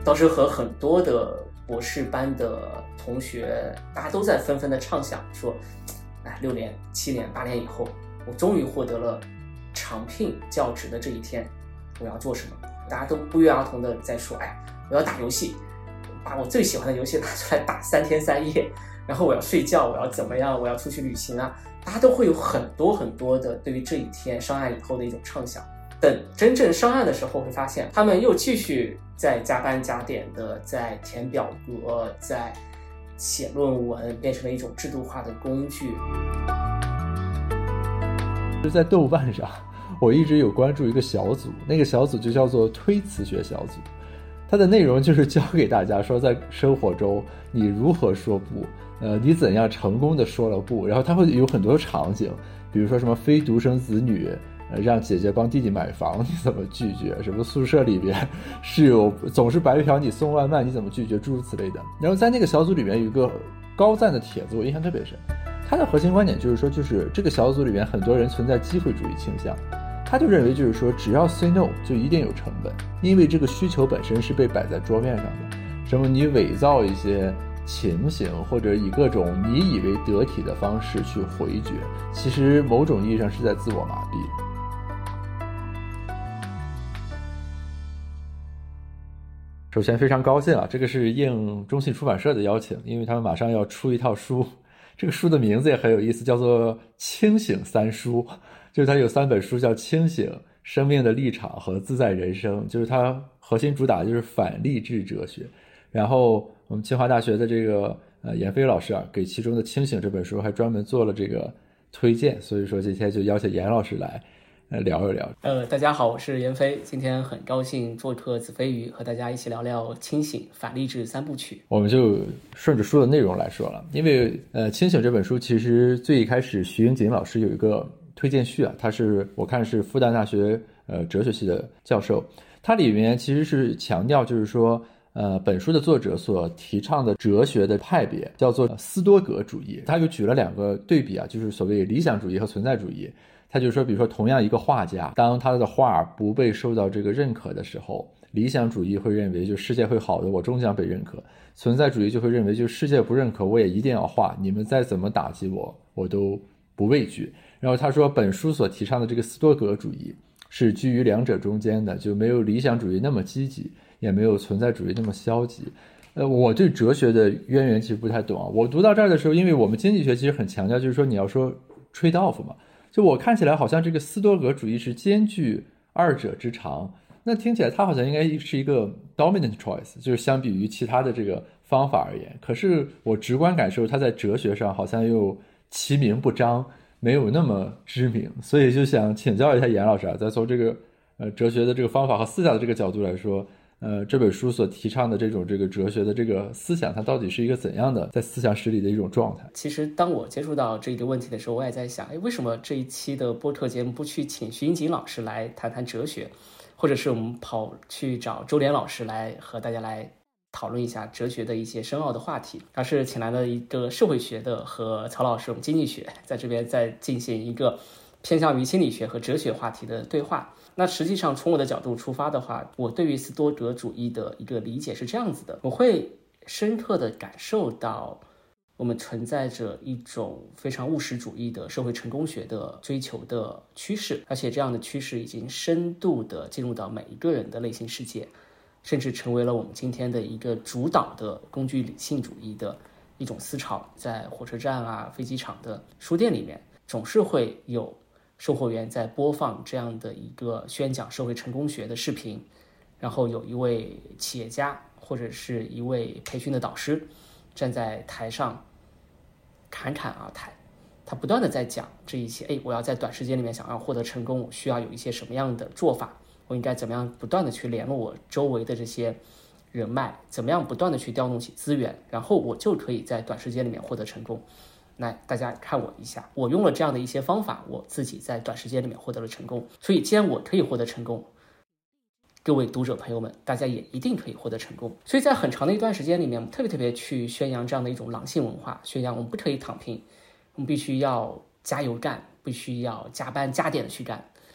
当时和很多的博士班的同学，大家都在纷纷的畅想说，6年、7年、8年以后，我终于获得了长聘教职的这一天，我要做什么？大家都不约而同的在说，我要打游戏，把我最喜欢的游戏拿出来打3天3夜，然后我要睡觉，我要怎么样，我要出去旅行啊！大家都会有很多很多的对于这一天上岸以后的一种畅想。等真正上岸的时候，会发现他们又继续在加班加点的在填表格，在写论文，变成了一种制度化的工具。 就在豆瓣上，我一直有关注一个小组，那个小组就叫做推辞学小组。它的内容就是教给大家说，在生活中你如何说不，你怎样成功的说了不。然后它会有很多场景，比如说什么非独生子女，让姐姐帮弟弟买房，你怎么拒绝？什么宿舍里边室友总是白嫖你送外卖，你怎么拒绝？诸如此类的。然后在那个小组里面有一个高赞的帖子，我印象特别深。他的核心观点就是说，就是这个小组里面很多人存在机会主义倾向。他就认为就是说，只要 say no 就一定有成本，因为这个需求本身是被摆在桌面上的。什么你伪造一些情形，或者以各种你以为得体的方式去回绝，其实某种意义上是在自我麻痹。首先非常高兴啊，这个是应中信出版社的邀请，因为他们马上要出一套书，这个书的名字也很有意思，叫做《清醒三书》，就是它有3本书，叫《清醒》、《生命的立场》和《自在人生》，就是它核心主打就是反励志哲学。然后我们清华大学的这个闫飞老师啊，给其中的《清醒》这本书还专门做了这个推荐，所以说今天就邀请闫老师来聊一聊。 大家好，我是闫飞，今天很高兴做客子非鱼，和大家一起聊聊《清醒》反励志3部曲。 我们就顺着书的内容来说了，因为《清醒》这本书其实最一开始徐英锦老师有一个推荐序啊，他是我看是复旦大学哲学系的教授，它里面其实是强调就是说本书的作者所提倡的哲学的派别叫做斯多葛主义。他又举了2个对比啊，就是所谓理想主义和存在主义。他就说，比如说同样一个画家，当他的画不被受到这个认可的时候，理想主义会认为就世界会好的，我终将被认可；存在主义就会认为就世界不认可，我也一定要画，你们再怎么打击我，我都不畏惧。然后他说，本书所提倡的这个斯多葛主义是居于2者中间的，就没有理想主义那么积极，也没有存在主义那么消极。我对哲学的渊源其实不太懂啊。我读到这儿的时候，因为我们经济学其实很强调，就是说你要说 trade off 嘛，就我看起来好像这个斯多葛主义是兼具2者之长，那听起来它好像应该是一个 dominant choice， 就是相比于其他的这个方法而言。可是我直观感受，它在哲学上好像又其名不彰，没有那么知名，所以就想请教一下闫老师啊，再从这个哲学的这个方法和思想的这个角度来说，这本书所提倡的这个哲学的这个思想，它到底是一个怎样的在思想史里的一种状态？ 其实当我接触到这个问题的时候，我也在想，为什么这一期的播客节目不去请徐英锦老师来谈谈哲学，或者是我们跑去找周濂老师来和大家来讨论一下哲学的一些深奥的话题，而是请来了一个社会学的和曹老师我们经济学在这边再进行一个偏向于心理学和哲学话题的对话。那实际上从我的角度出发的话，我对于斯多葛主义的一个理解是这样子的，我会深刻的感受到我们存在着一种非常务实主义的社会成功学的追求的趋势，而且这样的趋势已经深度的进入到每一个人的内心世界，甚至成为了我们今天的一个主导的工具理性主义的一种思潮。在火车站啊、飞机场的书店里面，总是会有售货员在播放这样的一个宣讲社会成功学的视频，然后有一位企业家或者是一位培训的导师站在台上侃侃而谈，他不断的在讲这一些，我要在短时间里面想要获得成功，我需要有一些什么样的做法，我应该怎么样不断的去联络我周围的这些人脉，怎么样不断的去调动起资源，然后我就可以在短时间里面获得成功。那大家看我一下，我用了这样的一些方法，我自己在短时间里面获得了成功。所以既然我可以获得成功，各位读者朋友们，大家也一定可以获得成功。所以在很长的一段时间里面，我们特别去宣扬这样的一种狼性文化，宣扬我们不可以躺平，我们必须要加油干，必须要加班加点的去干。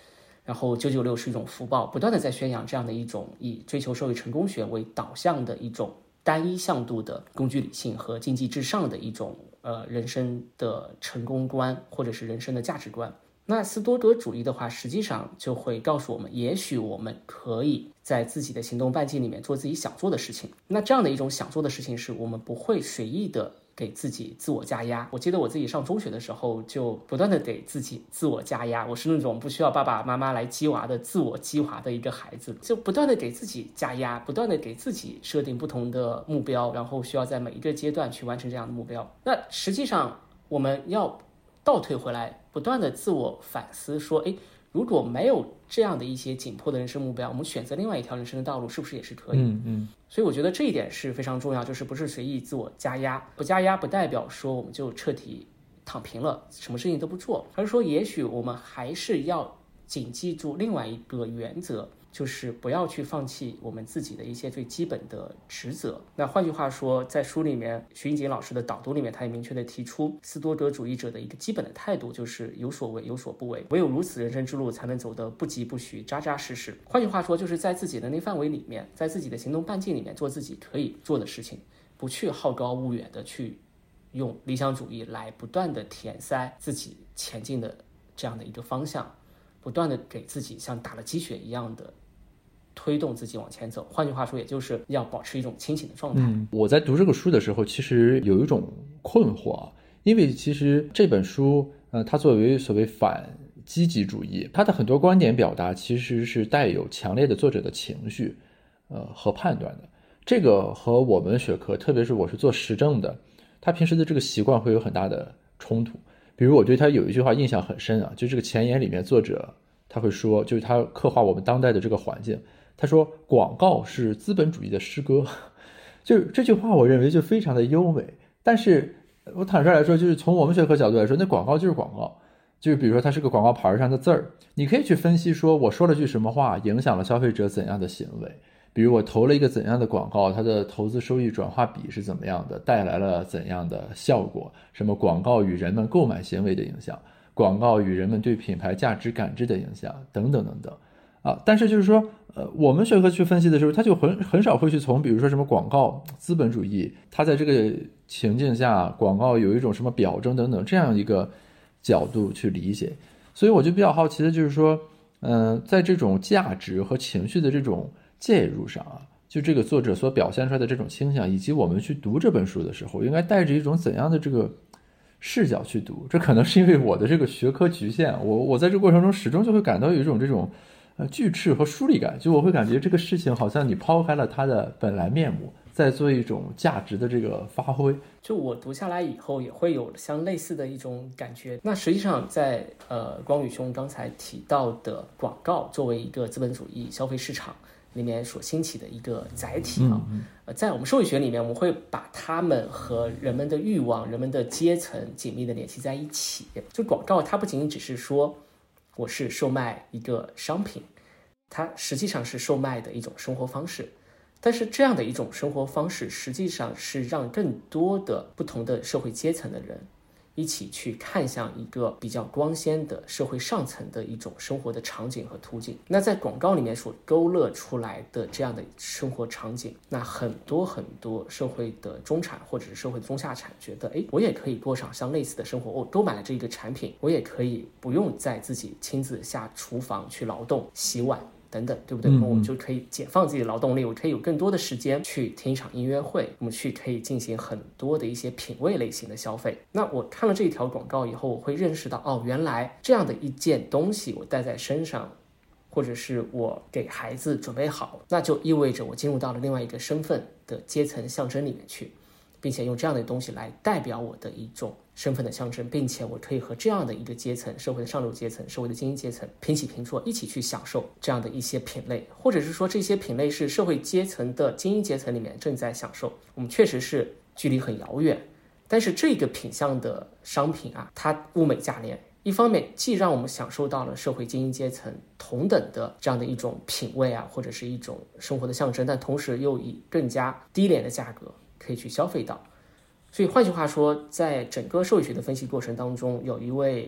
然后996是一种福报，不断的在宣扬这样的一种以追求社会成功学为导向的一种单一向度的工具理性和经济至上的一种人生的成功观，或者是人生的价值观。那斯多葛主义的话，实际上就会告诉我们，也许我们可以在自己的行动半径里面做自己想做的事情。那这样的一种想做的事情，是我们不会随意的给自己自我加压。我记得我自己上中学的时候，就不断的给自己自我加压。我是那种不需要爸爸妈妈来激娃的自我激娃的一个孩子，就不断的给自己加压，不断的给自己设定不同的目标，然后需要在每一个阶段去完成这样的目标。那实际上我们要倒退回来，不断的自我反思说，如果没有这样的一些紧迫的人生目标，我们选择另外一条人生的道路，是不是也是可以？所以我觉得这一点是非常重要，就是不是随意自我加压，不加压不代表说我们就彻底躺平了，什么事情都不做，而是说也许我们还是要谨记住另外一个原则，就是不要去放弃我们自己的一些最基本的职责。那换句话说，在书里面徐英锦老师的导读里面，他也明确的提出斯多葛主义者的一个基本的态度，就是有所为有所不为，唯有如此人生之路才能走得不疾不徐扎扎实实。换句话说，就是在自己的能力范围里面，在自己的行动半径里面做自己可以做的事情，不去好高骛远的去用理想主义来不断的填塞自己前进的这样的一个方向，不断的给自己像打了鸡血一样的推动自己往前走。换句话说，也就是要保持一种清醒的状态。 我在读这个书的时候，其实有一种困惑，因为其实这本书它作为所谓反积极主义，它的很多观点表达其实是带有强烈的作者的情绪和判断的。这个和我们学科，特别是我是做时政的，他平时的这个习惯会有很大的冲突。比如我对他有一句话印象很深就这个前言里面作者他会说，就是他刻画我们当代的这个环境，他说广告是资本主义的诗歌。就这句话我认为就非常的优美，但是我坦率来说，就是从我们学科角度来说，那广告就是广告，就是比如说它是个广告牌上的字儿，你可以去分析说我说了句什么话影响了消费者怎样的行为，比如我投了一个怎样的广告，它的投资收益转化比是怎么样的，带来了怎样的效果，什么广告与人们购买行为的影响，广告与人们对品牌价值感知的影响，等等等等但是就是说我们学科去分析的时候，他就很少会去从比如说什么广告资本主义，它在这个情境下广告有一种什么表征等等这样一个角度去理解。所以我就比较好奇的就是说在这种价值和情绪的这种介入上就这个作者所表现出来的这种倾向，以及我们去读这本书的时候应该带着一种怎样的这个视角去读。这可能是因为我的这个学科局限，我在这个过程中始终就会感到有一种这种拒斥和疏离感，就我会感觉这个事情好像你抛开了它的本来面目，在做一种价值的这个发挥。 就我读下来以后也会有相类似的一种感觉。那实际上在光宇兄刚才提到的广告作为一个资本主义消费市场里面所兴起的一个载体在我们社会学里面，我们会把它们和人们的欲望、人们的阶层紧密的联系在一起。就广告它不仅仅只是说我是售卖一个商品，它实际上是售卖的一种生活方式。但是这样的一种生活方式实际上是让更多的不同的社会阶层的人一起去看向一个比较光鲜的社会上层的一种生活的场景和途径。那在广告里面所勾勒出来的这样的生活场景，那很多社会的中产或者是社会的中下产觉得我也可以过上相类似的生活，我购买了这个产品，我也可以不用再自己亲自下厨房去劳动洗碗等等，对不对？我们就可以解放自己的劳动力，我可以有更多的时间去听一场音乐会，我们可以进行很多的一些品味类型的消费。那我看了这一条广告以后，我会认识到原来这样的一件东西我带在身上，或者是我给孩子准备好，那就意味着我进入到了另外一个身份的阶层象征里面去，并且用这样的东西来代表我的一种身份的象征，并且我可以和这样的一个阶层，社会的上流阶层，社会的精英阶层平起平坐，一起去享受这样的一些品类，或者是说这些品类是社会阶层的精英阶层里面正在享受，我们确实是距离很遥远，但是这个品项的商品它物美价廉，一方面既让我们享受到了社会精英阶层同等的这样的一种品味或者是一种生活的象征，但同时又以更加低廉的价格可以去消费到。所以换句话说，在整个社会学的分析过程当中，有一位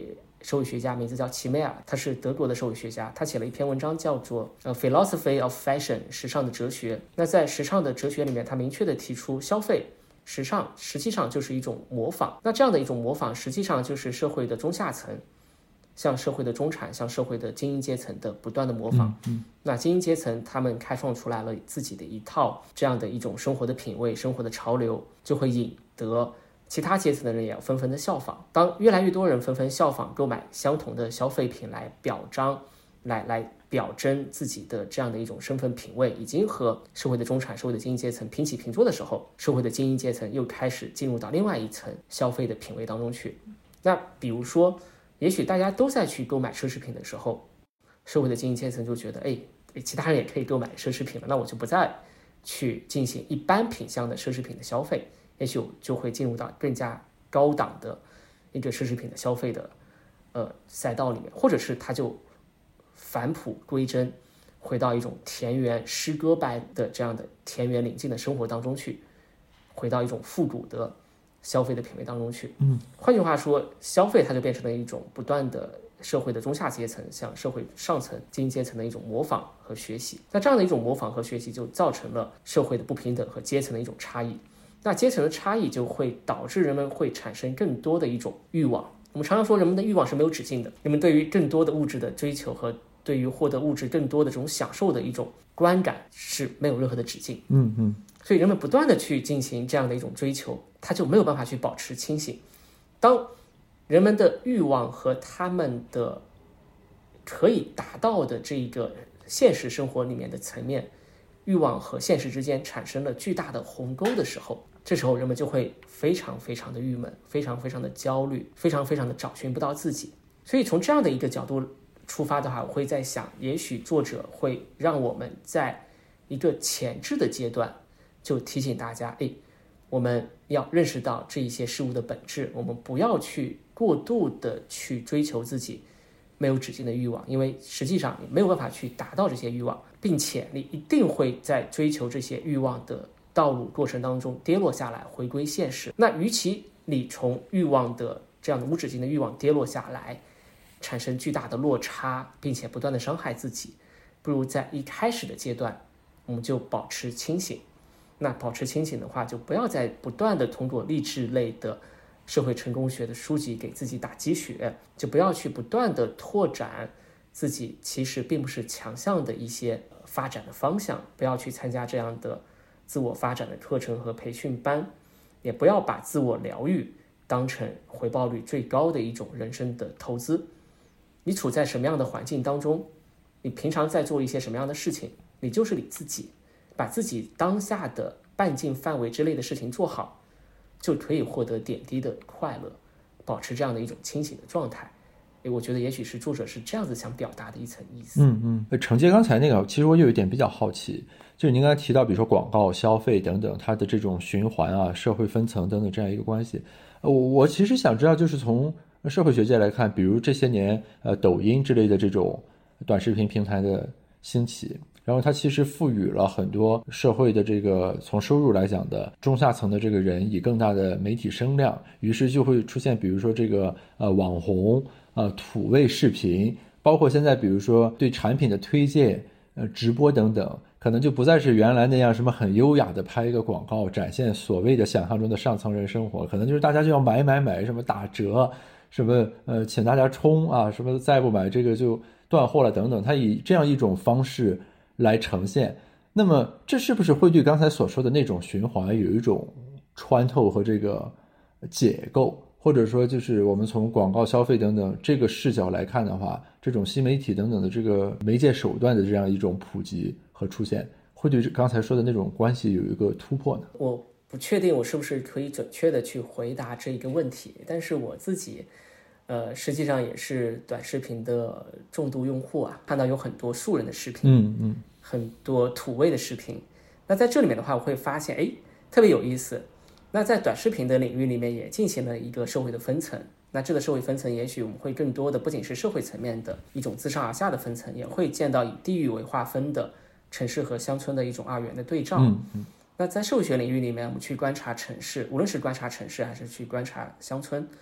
社会学家，名字叫齐梅尔，他是德国的社会学家，他写了一篇文章叫做Philosophy of Fashion 时尚的哲学。那在时尚的哲学里面，他明确的提出消费时尚实际上就是一种模仿，那这样的一种模仿实际上就是社会的中下层向社会的中产向社会的精英阶层的不断的模仿。那精英阶层他们开创出来了自己的一套这样的一种生活的品味，生活的潮流，就会引得其他阶层的人也要纷纷的效仿。当越来越多人纷纷效仿购买相同的消费品来表彰来表征自己的这样的一种身份品味，已经和社会的中产社会的精英阶层平起平坐的时候，社会的精英阶层又开始进入到另外一层消费的品味当中去。那比如说也许大家都在去购买奢侈品的时候，社会的精英阶层就觉得其他人也可以购买奢侈品了，那我就不再去进行一般品项的奢侈品的消费，也许就会进入到更加高档的一个奢侈品的消费的赛道里面，或者是他就返璞归真，回到一种田园诗歌般的这样的田园宁静的生活当中去，回到一种复古的消费的品味当中去。换句话说，消费它就变成了一种不断的社会的中下阶层向社会上层精英阶层的一种模仿和学习。那这样的一种模仿和学习就造成了社会的不平等和阶层的一种差异。那阶层的差异就会导致人们会产生更多的一种欲望。我们常常说人们的欲望是没有止境的，人们对于更多的物质的追求和对于获得物质更多的这种享受的一种观感是没有任何的止境。所以人们不断的去进行这样的一种追求，他就没有办法去保持清醒。当人们的欲望和他们的可以达到的这个现实生活里面的层面，欲望和现实之间产生了巨大的鸿沟的时候，这时候人们就会非常非常的郁闷，非常非常的焦虑，非常非常的找寻不到自己。所以从这样的一个角度出发的话，我会在想，也许作者会让我们在一个前置的阶段就提醒大家，我们要认识到这一些事物的本质，我们不要去过度的去追求自己没有止境的欲望，因为实际上你没有办法去达到这些欲望，并且你一定会在追求这些欲望的道路过程当中跌落下来，回归现实。那与其你从欲望的这样的无止境的欲望跌落下来，产生巨大的落差，并且不断的伤害自己，不如在一开始的阶段我们就保持清醒。那保持清醒的话，就不要再不断的通过励志类的社会成功学的书籍给自己打鸡血，就不要去不断的拓展自己其实并不是强项的一些发展的方向，不要去参加这样的自我发展的课程和培训班，也不要把自我疗愈当成回报率最高的一种人生的投资。你处在什么样的环境当中，你平常在做一些什么样的事情，你就是你自己，把自己当下的半径范围之内的事情做好，就可以获得点滴的快乐，保持这样的一种清醒的状态。我觉得也许是作者是这样子想表达的一层意思。 承接刚才那个，其实我有一点比较好奇，就是您刚才提到比如说广告消费等等它的这种循环啊，社会分层等等这样一个关系，我其实想知道，就是从社会学界来看，比如这些年抖音之类的这种短视频平台的兴起，然后它其实赋予了很多社会的这个从收入来讲的中下层的这个人以更大的媒体声量，于是就会出现比如说这个网红土味视频，包括现在比如说对产品的推荐直播等等，可能就不再是原来那样什么很优雅的拍一个广告展现所谓的想象中的上层人生活，可能就是大家就要买什么打折什么请大家冲啊，什么再不买这个就断货了等等，它以这样一种方式来呈现。那么这是不是会对刚才所说的那种循环有一种穿透和这个解构，或者说就是我们从广告消费等等这个视角来看的话，这种新媒体等等的这个媒介手段的这样一种普及和出现，会对刚才说的那种关系有一个突破呢？ 我不确定我是不是可以准确的去回答这一个问题，但是我自己实际上也是短视频的重度用户啊，看到有很多素人的视频，很多土味的视频。那在这里面的话，我会发现特别有意思。那在短视频的领域里面也进行了一个社会的分层，那这个社会分层也许我们会更多的不仅是社会层面的一种自上而下的分层，也会见到以地域为划分的城市和乡村的一种二元的对照。那在社会学领域里面，我们去观察城市，无论是观察城市还是去观察乡村，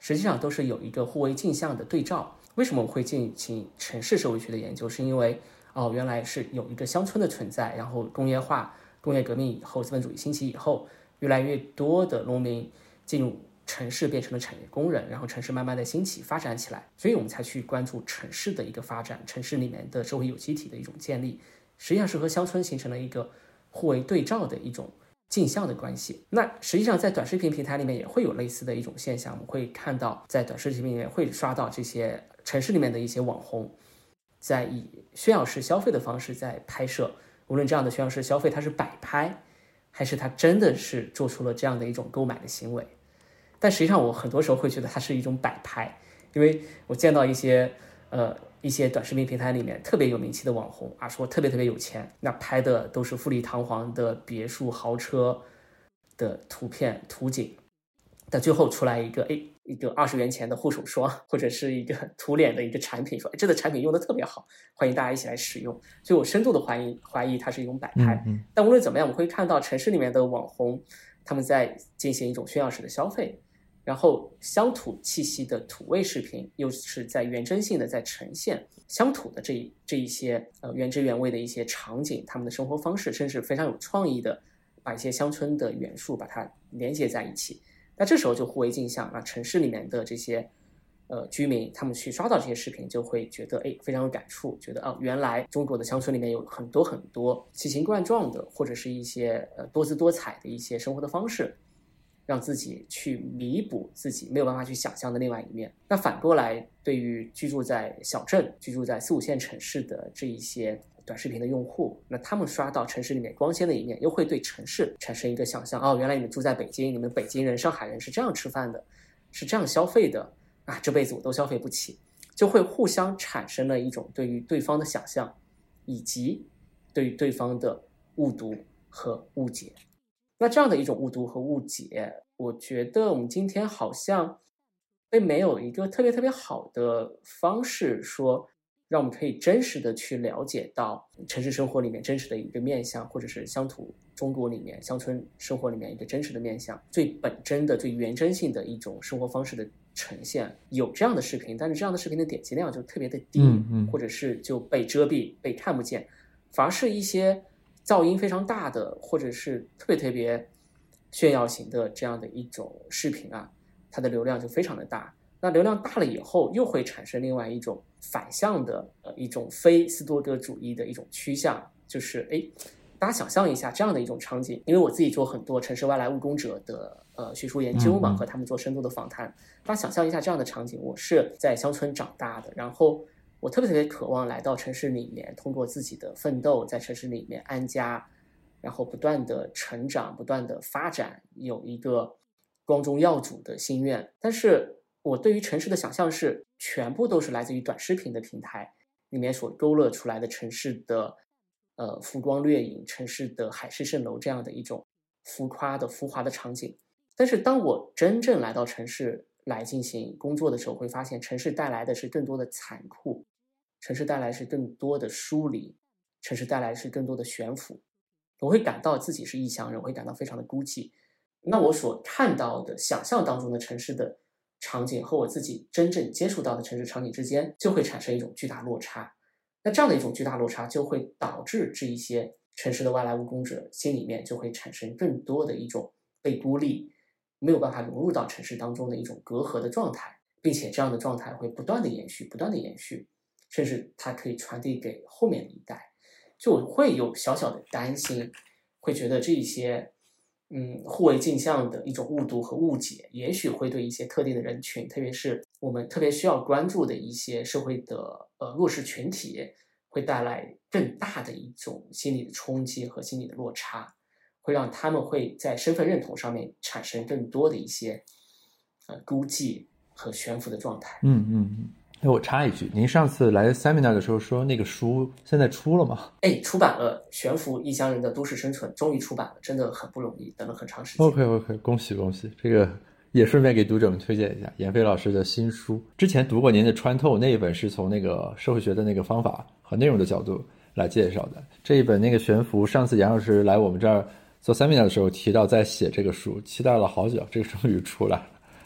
实际上都是有一个互为镜像的对照。为什么我会进行城市社会学的研究？是因为原来是有一个乡村的存在，然后工业化、工业革命以后，资本主义兴起以后，越来越多的农民进入城市变成了产业工人，然后城市慢慢的兴起发展起来，所以我们才去关注城市的一个发展，城市里面的社会有机体的一种建立，实际上是和乡村形成了一个互为对照的一种镜像的关系。那实际上在短视频平台里面也会有类似的一种现象，我们会看到在短视频里面会刷到这些城市里面的一些网红在以炫耀式消费的方式在拍摄，无论这样的炫耀式消费它是摆拍还是它真的是做出了这样的一种购买的行为，但实际上我很多时候会觉得它是一种摆拍，因为我见到一些短视频平台里面特别有名气的网红啊，说特别特别有钱，那拍的都是富丽堂皇的别墅豪车的图片图景，但最后出来一个20元钱的护手霜，或者是一个涂脸的一个产品，说这个产品用的特别好，欢迎大家一起来使用。所以我深度的怀疑它是一种摆拍。但无论怎么样，我们会看到城市里面的网红他们在进行一种炫耀式的消费，然后乡土气息的土味视频又是在原真性的在呈现乡土的这一些原汁原味的一些场景，他们的生活方式，甚至非常有创意的把一些乡村的元素把它连接在一起。那这时候就互为镜像，那城市里面的这些居民他们去刷到这些视频就会觉得非常有感触，觉得原来中国的乡村里面有很多很多奇形怪状的或者是一些多姿多彩的一些生活的方式，让自己去弥补自己没有办法去想象的另外一面。那反过来，对于居住在小镇、居住在4、5线城市的这一些短视频的用户，那他们刷到城市里面光鲜的一面，又会对城市产生一个想象，原来你们住在北京，你们北京人、上海人是这样吃饭的，是这样消费的啊，这辈子我都消费不起，就会互相产生了一种对于对方的想象，以及对于对方的误读和误解。那这样的一种误读和误解，我觉得我们今天好像并没有一个特别特别好的方式说让我们可以真实的去了解到城市生活里面真实的一个面向，或者是乡土中国里面乡村生活里面一个真实的面向，最本真的最原真性的一种生活方式的呈现。有这样的视频，但是这样的视频的点击量就特别的低，或者是就被遮蔽被看不见，反而是一些噪音非常大的或者是特别特别炫耀型的这样的一种视频啊，它的流量就非常的大。那流量大了以后又会产生另外一种反向的一种非斯多葛主义的一种趋向，就是大家想象一下这样的一种场景，因为我自己做很多城市外来务工者的学术研究嘛，和他们做深度的访谈，大家想象一下这样的场景，我是在乡村长大的，然后我特别特别渴望来到城市里面，通过自己的奋斗在城市里面安家，然后不断的成长不断的发展，有一个光宗耀祖的心愿。但是我对于城市的想象是全部都是来自于短视频的平台里面所勾勒出来的城市的浮光掠影，城市的海市蜃楼这样的一种浮华的场景。但是当我真正来到城市来进行工作的时候，会发现城市带来的是更多的残酷，城市带来是更多的疏离，城市带来是更多的悬浮。我会感到自己是异乡人，我会感到非常的孤寂。那我所看到的想象当中的城市的场景和我自己真正接触到的城市场景之间就会产生一种巨大落差。那这样的一种巨大落差就会导致这一些城市的外来务工者心里面就会产生更多的一种被孤立，没有办法融入到城市当中的一种隔阂的状态，并且这样的状态会不断的延续，甚至它可以传递给后面的一代。就我会有小小的担心，会觉得这一些互为镜像的一种误读和误解，也许会对一些特定的人群，特别是我们特别需要关注的一些社会的弱势群体，会带来更大的一种心理的冲击和心理的落差，会让他们会在身份认同上面产生更多的一些孤寂和悬浮的状态。 我插一句，您上次来 seminar 的时候说那个书现在出了吗？ 出版了，《悬浮异乡人的都市生存》终于出版了，真的很不容易，等了很长时间。 OK， 恭喜！这个也顺便给读者们推荐一下闫飞老师的新书。之前读过您的《穿透》那一本，是从那个社会学的那个方法和内容的角度来介绍的。这一本那个悬浮，上次杨老师来我们这儿做 seminar 的时候提到在写这个书，期待了好久，这个终于出来了，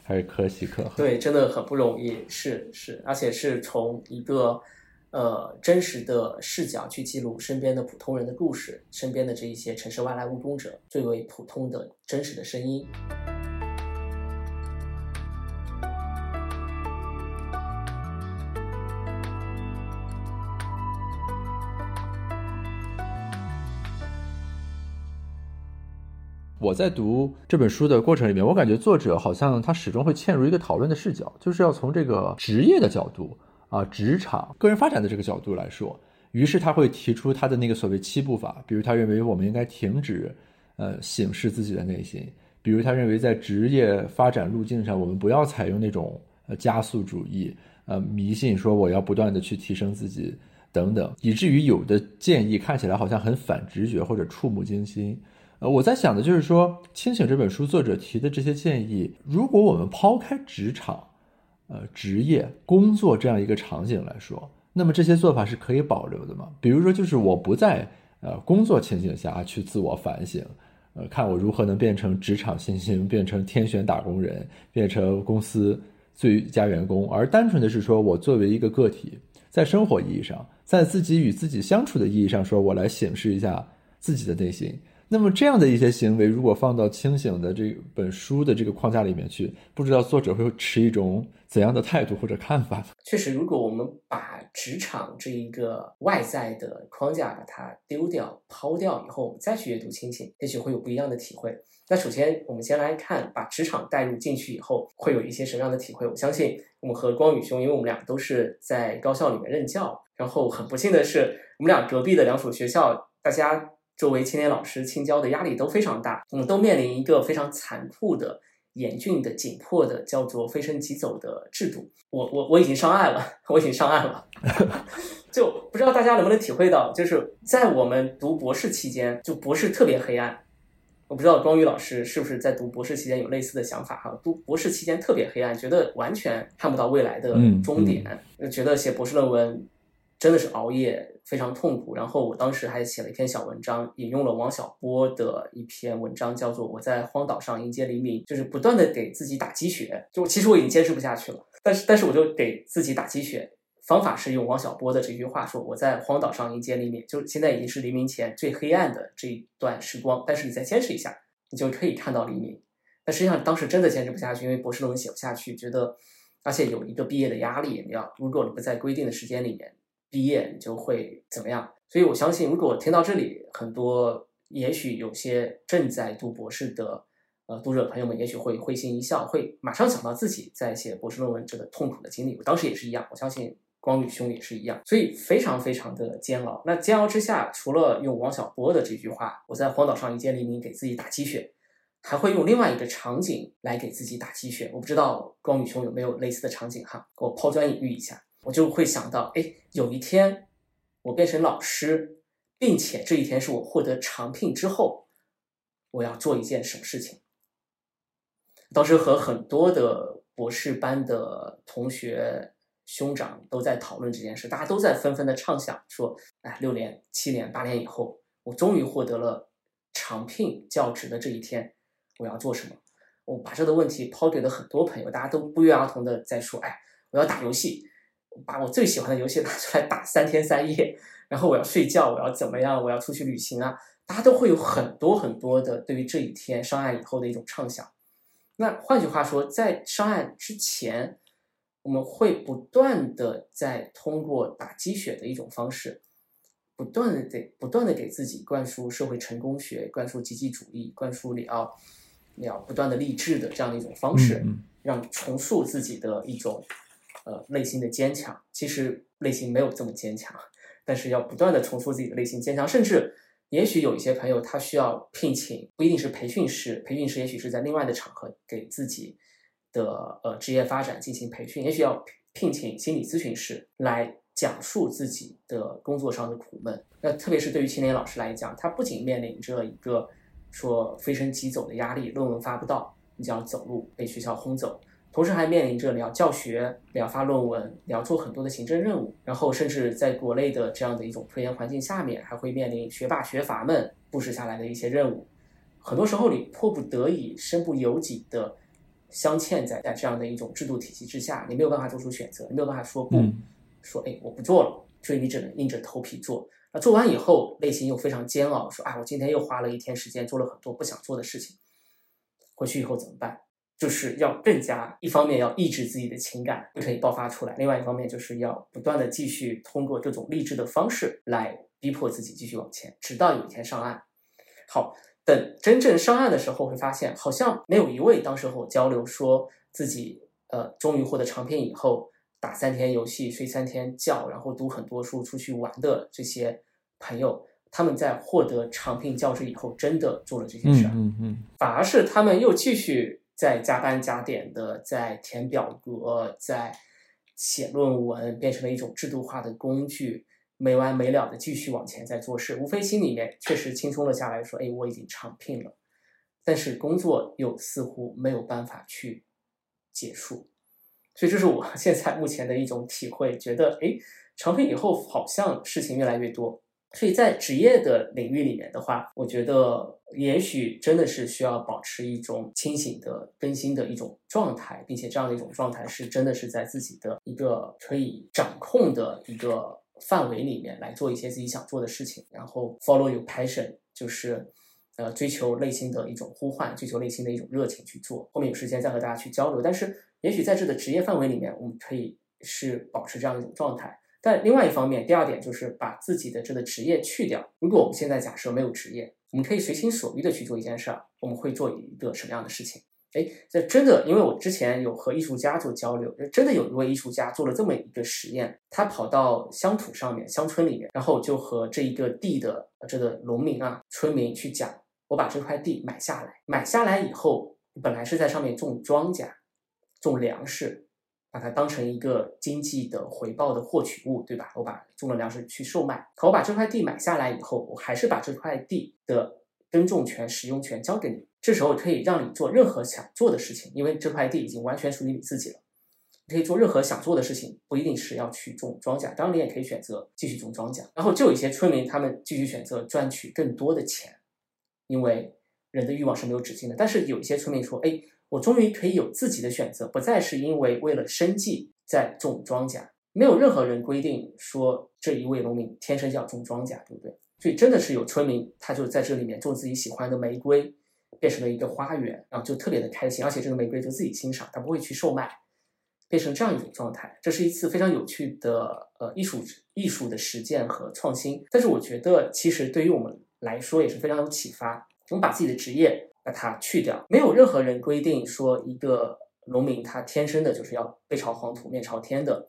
还是可喜可贺。 对，真的很不容易，是，而且是从一个真实的视角去记录身边的普通人的故事，身边的这一些城市外来务工者最为普通的真实的声音。 我在读这本书的过程里面，我感觉作者好像他始终会嵌入一个讨论的视角，就是要从这个职业的角度啊，职场、个人发展的这个角度来说。于是他会提出他的那个所谓7步法，比如他认为我们应该停止省视自己的内心，比如他认为在职业发展路径上，我们不要采用那种加速主义，迷信说我要不断的去提升自己等等，以至于有的建议看起来好像很反直觉或者触目惊心。我在想的就是说，《清醒》这本书作者提的这些建议，如果我们抛开职场、职业、工作这样一个场景来说，那么这些做法是可以保留的吗？比如说，就是我不在工作情景下去自我反省，看我如何能变成职场新星，变成天选打工人，变成公司最佳员工，而单纯的是说我作为一个个体，在生活意义上，在自己与自己相处的意义上，说我来审视一下自己的内心。那么这样的一些行为，如果放到清醒的这本书的这个框架里面去，不知道作者会持一种怎样的态度或者看法。 确实，如果我们把职场这一个外在的框架把它丢掉、抛掉以后，我们再去阅读清醒，也许会有不一样的体会。那首先我们先来看把职场带入进去以后会有一些什么样的体会。我相信我们和光宇兄，因为我们俩都是在高校里面任教，然后很不幸的是我们俩隔壁的2所学校，大家作为青年老师青椒的压力都非常大，我们都面临一个非常残酷的、严峻的、紧迫的叫做非升即走的制度。我已经上岸了，就不知道大家能不能体会到，就是在我们读博士期间，就博士特别黑暗。我不知道光宇老师是不是在读博士期间有类似的想法哈？读博士期间特别黑暗，觉得完全看不到未来的终点，觉得写博士论文真的是熬夜，非常痛苦。然后我当时还写了一篇小文章，引用了王小波的一篇文章，叫做《我在荒岛上迎接黎明》，就是不断的给自己打鸡血。就其实我已经坚持不下去了，但是我就给自己打鸡血。方法是用王小波的这句话说，我在荒岛上迎接黎明，就现在已经是黎明前最黑暗的这一段时光，但是你再坚持一下，你就可以看到黎明。但实际上当时真的坚持不下去，因为博士论文写不下去，觉得而且有一个毕业的压力，如果你不在规定的时间里面毕业，你就会怎么样。所以我相信如果听到这里，很多也许有些正在读博士的读者朋友们也许会会心一笑，会马上想到自己在写博士论文这个痛苦的经历。我当时也是一样，我相信光宇兄也是一样，所以非常非常的煎熬。那煎熬之下，除了用王小波的这句话，我在荒岛上迎接黎明，给自己打鸡血，还会用另外一个场景来给自己打鸡血。我不知道光宇兄有没有类似的场景哈？我抛砖引玉一下，我就会想到，有一天我变成老师，并且这一天是我获得长聘之后，我要做一件什么事情。当时和很多的博士班的同学兄长都在讨论这件事，大家都在纷纷的畅想说，6年、7年、8年以后，我终于获得了长聘教职的这一天，我要做什么？我把这个问题抛给了很多朋友，大家都不约而同的在说，我要打游戏，把我最喜欢的游戏拿出来打3天3夜，然后我要睡觉，我要怎么样，我要出去旅行啊，大家都会有很多很多的对于这一天上岸以后的一种畅想。那换句话说，在上岸之前，我们会不断的在通过打鸡血的一种方式，不断的给自己灌输社会成功学，灌输积极主义，灌输你要不断的励志的这样的一种方式，让重塑自己的一种内心的坚强。其实内心没有这么坚强，但是要不断的重塑自己的内心坚强，甚至也许有一些朋友他需要聘请，不一定是培训师也许是在另外的场合给自己的职业发展进行培训，也许要聘请心理咨询师来讲述自己的工作上的苦闷。那特别是对于青年老师来讲，他不仅面临着一个说飞升即走的压力，论文发不到你就要走路被学校轰走，同时还面临着你要教学，你要发论文，你要做很多的行政任务，然后甚至在国内的这样的一种科研环境下面，还会面临学霸学阀们布置下来的一些任务。很多时候你迫不得已身不由己的镶嵌在这样的一种制度体系之下，你没有办法做出选择，你没有办法说不，说我不做了，所以你只能硬着头皮做。那做完以后内心又非常煎熬，说我今天又花了一天时间做了很多不想做的事情，回去以后怎么办？就是要更加一方面要抑制自己的情感不可以爆发出来，另外一方面就是要不断的继续通过这种励志的方式来逼迫自己继续往前，直到有一天上岸。好，等真正上岸的时候会发现好像没有一位当时和我交流说自己终于获得长篇以后打3天游戏睡3天觉然后读很多书出去玩的这些朋友，他们在获得长聘教职以后真的做了这些事儿，反而是他们又继续在加班加点的在填表格，在写论文，变成了一种制度化的工具，没完没了的继续往前在做事，无非心里面确实轻松了下来，说我已经长聘了，但是工作又似乎没有办法去结束。所以这是我现在目前的一种体会，觉得长聘以后好像事情越来越多。所以在职业的领域里面的话，我觉得也许真的是需要保持一种清醒的更新的一种状态，并且这样的一种状态是真的是在自己的一个可以掌控的一个范围里面来做一些自己想做的事情，然后 follow your passion， 就是追求内心的一种呼唤，追求内心的一种热情去做。后面有时间再和大家去交流，但是也许在这个职业范围里面我们可以是保持这样一种状态。但另外一方面，第二点就是把自己的这个职业去掉。如果我们现在假设没有职业，我们可以随心所欲的去做一件事儿，我们会做一个什么样的事情？这真的，因为我之前有和艺术家做交流，真的有一位艺术家做了这么一个实验，他跑到乡土上面、乡村里面，然后就和这一个地的这个农民村民去讲，我把这块地买下来，买下来以后，本来是在上面种庄稼、种粮食。把它当成一个经济的回报的获取物，对吧？我把种了粮食去售卖，可我把这块地买下来以后，我还是把这块地的耕种权、使用权交给你。这时候可以让你做任何想做的事情，因为这块地已经完全属于你自己了。你可以做任何想做的事情，不一定是要去种庄稼，当然你也可以选择继续种庄稼。然后就有一些村民，他们继续选择赚取更多的钱，因为人的欲望是没有止境的。但是有一些村民说，我终于可以有自己的选择，不再是因为为了生计在种庄稼，没有任何人规定说这一位农民天生就要种庄稼，对不对？所以真的是有村民他就在这里面种自己喜欢的玫瑰，变成了一个花园，然后就特别的开心，而且这个玫瑰就自己欣赏，他不会去售卖，变成这样一种状态。这是一次非常有趣的艺术的实践和创新。但是我觉得其实对于我们来说也是非常有启发，我们把自己的职业把它去掉，没有任何人规定说一个农民他天生的就是要背朝黄土面朝天的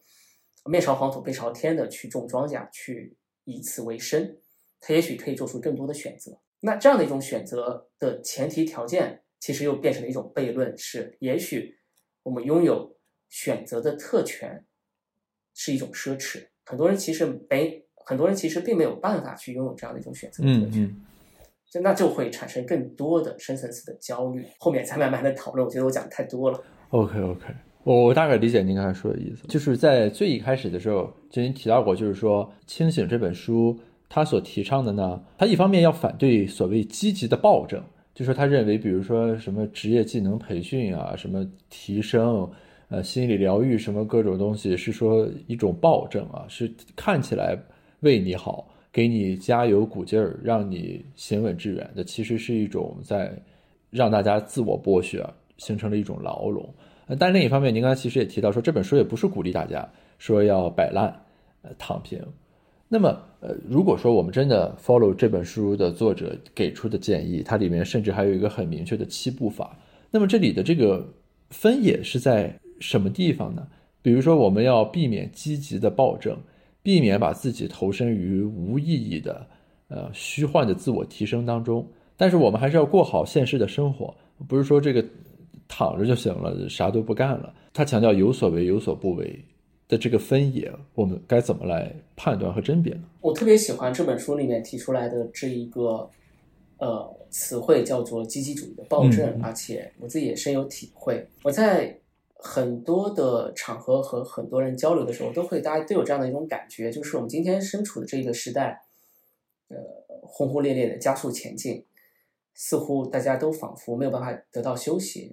去种庄稼，去以此为生。他也许可以做出更多的选择。那这样的一种选择的前提条件其实又变成了一种悖论，是也许我们拥有选择的特权是一种奢侈，很多人其实并没有办法去拥有这样的一种选择的特权。那就会产生更多的深层次的焦虑，后面再慢慢的讨论。我觉得我讲的太多了。 OK， 我大概理解您刚才说的意思，就是在最一开始的时候就您提到过，就是说《清醒》这本书他所提倡的呢，他一方面要反对所谓积极的暴政，就说他认为比如说什么职业技能培训啊，什么提升心理疗愈什么各种东西是说一种暴政是看起来为你好，给你加油鼓劲儿，让你行稳致远的，其实是一种在让大家自我剥削，形成了一种牢笼。但另一方面，您刚才其实也提到说，这本书也不是鼓励大家说要摆烂、躺平。那么，如果说我们真的 follow 这本书的作者给出的建议，它里面甚至还有一个很明确的7步法。那么这里的这个分野是在什么地方呢？比如说，我们要避免积极的暴政，避免把自己投身于无意义的虚幻的自我提升当中，但是我们还是要过好现实的生活，不是说这个躺着就行了，啥都不干了。他强调有所为有所不为的这个分野，我们该怎么来判断和甄别呢？ 我特别喜欢这本书里面提出来的这一个词汇，叫做积极主义的暴政，而且我自己也深有体会。我在很多的场合和很多人交流的时候，大家都有这样的一种感觉，就是我们今天身处的这个时代，轰轰烈烈的加速前进，似乎大家都仿佛没有办法得到休息，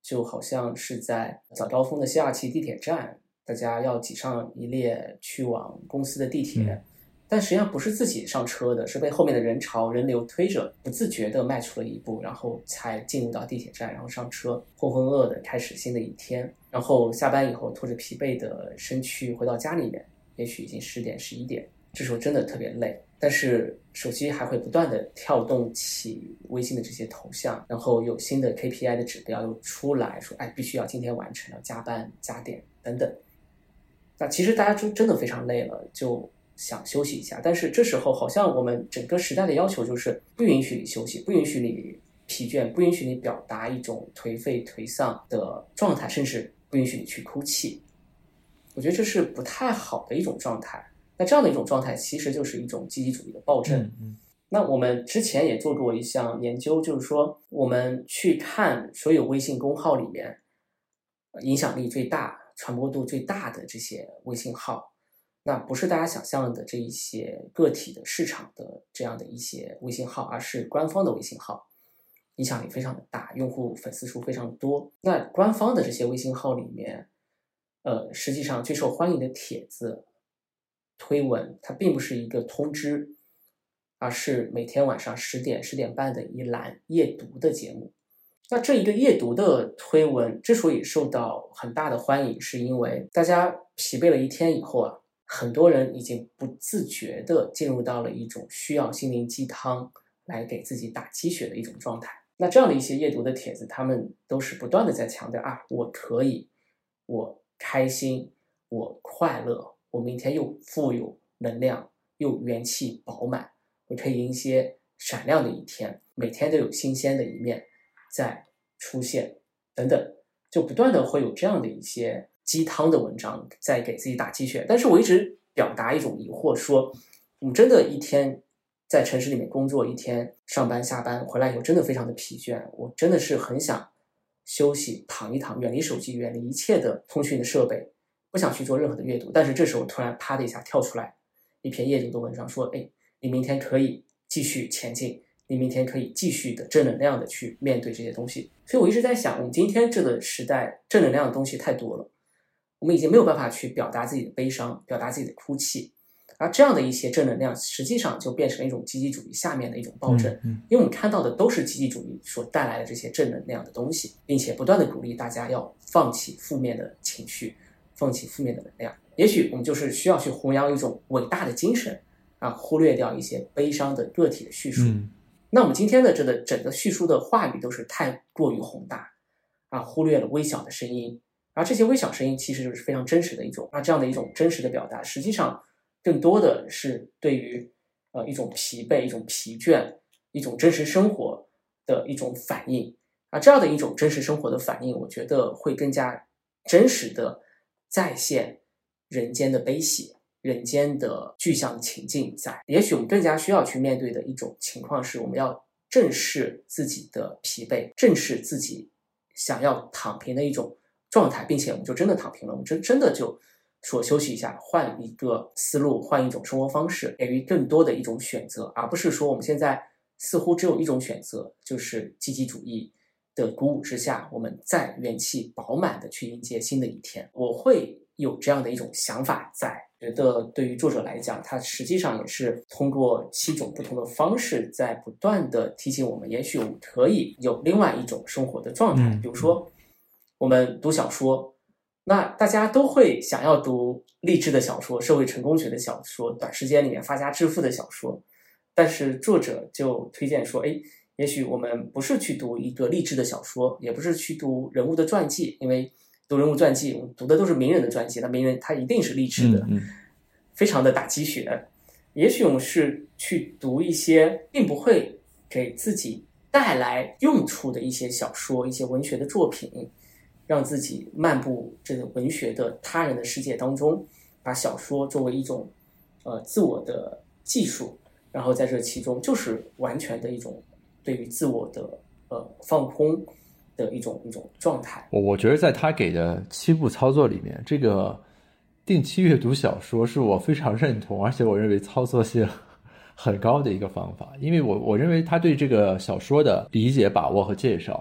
就好像是在早高峰的西二旗地铁站，大家要挤上一列去往公司的地铁，但实际上不是自己上车的，是被后面的人潮人流推着，不自觉地迈出了一步，然后才进入到地铁站，然后上车，浑浑噩噩的开始新的一天。然后下班以后拖着疲惫的身躯回到家里面，也许已经10点11点，这时候真的特别累，但是手机还会不断的跳动起微信的这些头像，然后有新的 KPI 的指标又出来说，必须要今天完成，要加班加点等等。那其实大家就真的非常累了，就想休息一下，但是这时候好像我们整个时代的要求就是不允许你休息，不允许你疲倦，不允许你表达一种颓废颓丧的状态，甚至不允许你去哭泣。我觉得这是不太好的一种状态。那这样的一种状态其实就是一种积极主义的暴政。那我们之前也做过一项研究，就是说我们去看所有微信公号里面影响力最大、传播度最大的这些微信号，那不是大家想象的这一些个体的市场的这样的一些微信号，而是官方的微信号，影响力非常的大，用户粉丝数非常多。那官方的这些微信号里面实际上最受欢迎的帖子推文，它并不是一个通知，而是每天晚上10点10点半的一栏夜读的节目。那这一个夜读的推文之所以受到很大的欢迎，是因为大家疲惫了一天以后很多人已经不自觉地进入到了一种需要心灵鸡汤来给自己打鸡血的一种状态。那这样的一些夜读的帖子，他们都是不断地在强调我可以，我开心，我快乐，我明天又富有能量，又元气饱满，我可以迎接闪亮的一天，每天都有新鲜的一面在出现等等，就不断的会有这样的一些鸡汤的文章在给自己打鸡血。但是我一直表达一种疑惑，说我们真的一天在城市里面工作，一天上班下班回来以后真的非常的疲倦，我真的是很想休息躺一躺，远离手机，远离一切的通讯的设备，不想去做任何的阅读。但是这时候突然啪的一下跳出来一篇夜读的文章，说你明天可以继续前进，你明天可以继续的正能量的去面对这些东西。所以我一直在想，我们今天这个时代正能量的东西太多了，我们已经没有办法去表达自己的悲伤，表达自己的哭泣，而这样的一些正能量实际上就变成了一种积极主义下面的一种暴政。因为我们看到的都是积极主义所带来的这些正能量的东西，并且不断的鼓励大家要放弃负面的情绪，放弃负面的能量。也许我们就是需要去弘扬一种伟大的精神忽略掉一些悲伤的个体的叙述。那我们今天的这个整个叙述的话语都是太过于宏大忽略了微小的声音，而这些微小声音其实就是非常真实的一种这样的一种真实的表达，实际上更多的是对于一种疲惫、一种疲倦、一种真实生活的一种反应这样的一种真实生活的反应，我觉得会更加真实的再现人间的悲喜，人间的具象情境在。也许我们更加需要去面对的一种情况是，我们要正视自己的疲惫，正视自己想要躺平的一种状态，并且我们就真的躺平了，我们真的就说休息一下，换一个思路，换一种生活方式，给予更多的一种选择，而不是说我们现在似乎只有一种选择，就是积极主义的鼓舞之下，我们再元气饱满的去迎接新的一天。我会有这样的一种想法在，觉得对于作者来讲，他实际上也是通过7种不同的方式在不断的提醒我们，也许我们可以有另外一种生活的状态。比如说我们读小说，那大家都会想要读励志的小说，社会成功学的小说，短时间里面发家致富的小说，但是作者就推荐说也许我们不是去读一个励志的小说，也不是去读人物的传记，因为读人物传记我们读的都是名人的传记，那名人他一定是励志的，非常的打鸡血。也许我们是去读一些并不会给自己带来用处的一些小说，一些文学的作品，让自己漫步这个文学的他人的世界当中，把小说作为一种自我的技术，然后在这其中就是完全的一种对于自我的放空的一种状态。 我觉得在他给的7步操作里面，这个定期阅读小说是我非常认同，而且我认为操作性很高的一个方法。因为我认为他对这个小说的理解、把握和介绍，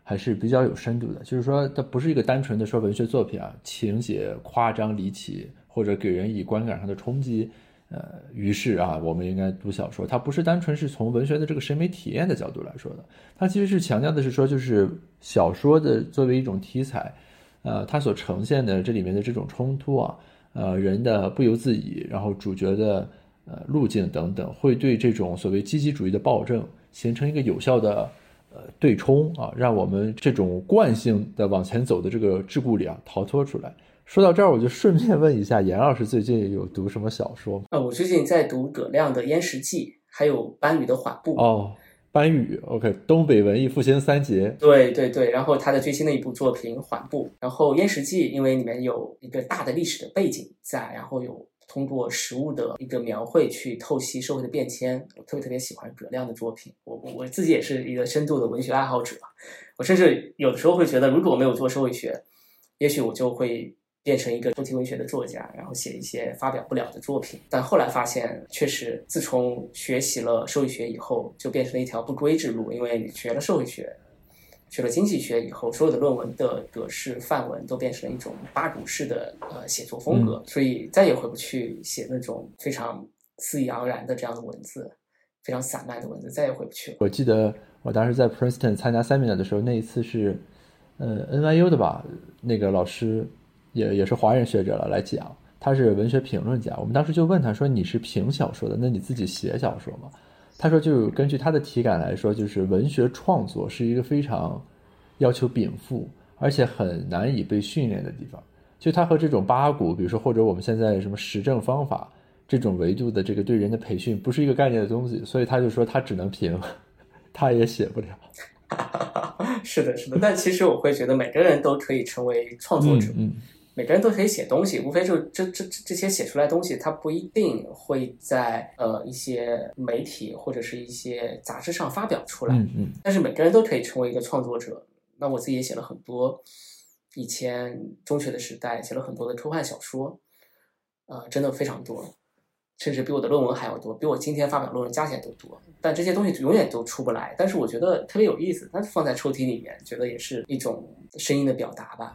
还是比较有深度的，就是说它不是一个单纯的说文学作品啊，情节夸张离奇，或者给人以观感上的冲击，于是啊，我们应该读小说，它不是单纯是从文学的这个审美体验的角度来说的，它其实是强调的是说，就是小说的作为一种题材，它所呈现的这里面的这种冲突啊，人的不由自已，然后主角的路径等等，会对这种所谓积极主义的暴政形成一个有效的对冲啊，让我们这种惯性的往前走的这个桎梏里啊逃脱出来。说到这儿，我就顺便问一下严老师最近有读什么小说吗？ 我最近在读葛亮的《燕食记》，还有班宇的《缓步》。 哦，班宇 OK， 东北文艺复兴三杰。 对对对，然后他的最新的一部作品《缓步》，然后《燕食记》因为里面有一个大的历史的背景在，然后有通过食物的一个描绘去透析社会的变迁，我特别喜欢葛亮的作品。我自己也是一个深度的文学爱好者，我甚至有的时候会觉得，如果我没有做社会学，也许我就会变成一个主题文学的作家，然后写一些发表不了的作品。但后来发现，确实自从学习了社会学以后，就变成了一条不归之路。因为你学了社会学，学了经济学以后，所有的论文的格式范文都变成了一种八股式的写作风格，所以再也回不去写那种非常肆意盎然的这样的文字，非常散漫的文字，再也回不去了。 我记得我当时在 Princeton 参加 seminar 的时候，那一次是NYU 的吧，那个老师也是华人学者了来讲，他是文学评论家。我们当时就问他说，你是评小说的，那你自己写小说吗？他说就根据他的体感来说，就是文学创作是一个非常要求禀赋而且很难以被训练的地方，就他和这种八股，比如说或者我们现在什么实证方法这种维度的这个对人的培训不是一个概念的东西，所以他就说他只能评，他也写不了。 是的，是的，但其实我会觉得每个人都可以成为创作者，每个人都可以写东西，无非就这些写出来的东西，它不一定会在一些媒体或者是一些杂志上发表出来，但是每个人都可以成为一个创作者。那我自己也写了很多，以前中学的时代写了很多的科幻小说，真的非常多，甚至比我的论文还要多，比我今天发表论文加起来都多。但这些东西永远都出不来，但是我觉得特别有意思，它放在抽屉里面，觉得也是一种声音的表达吧。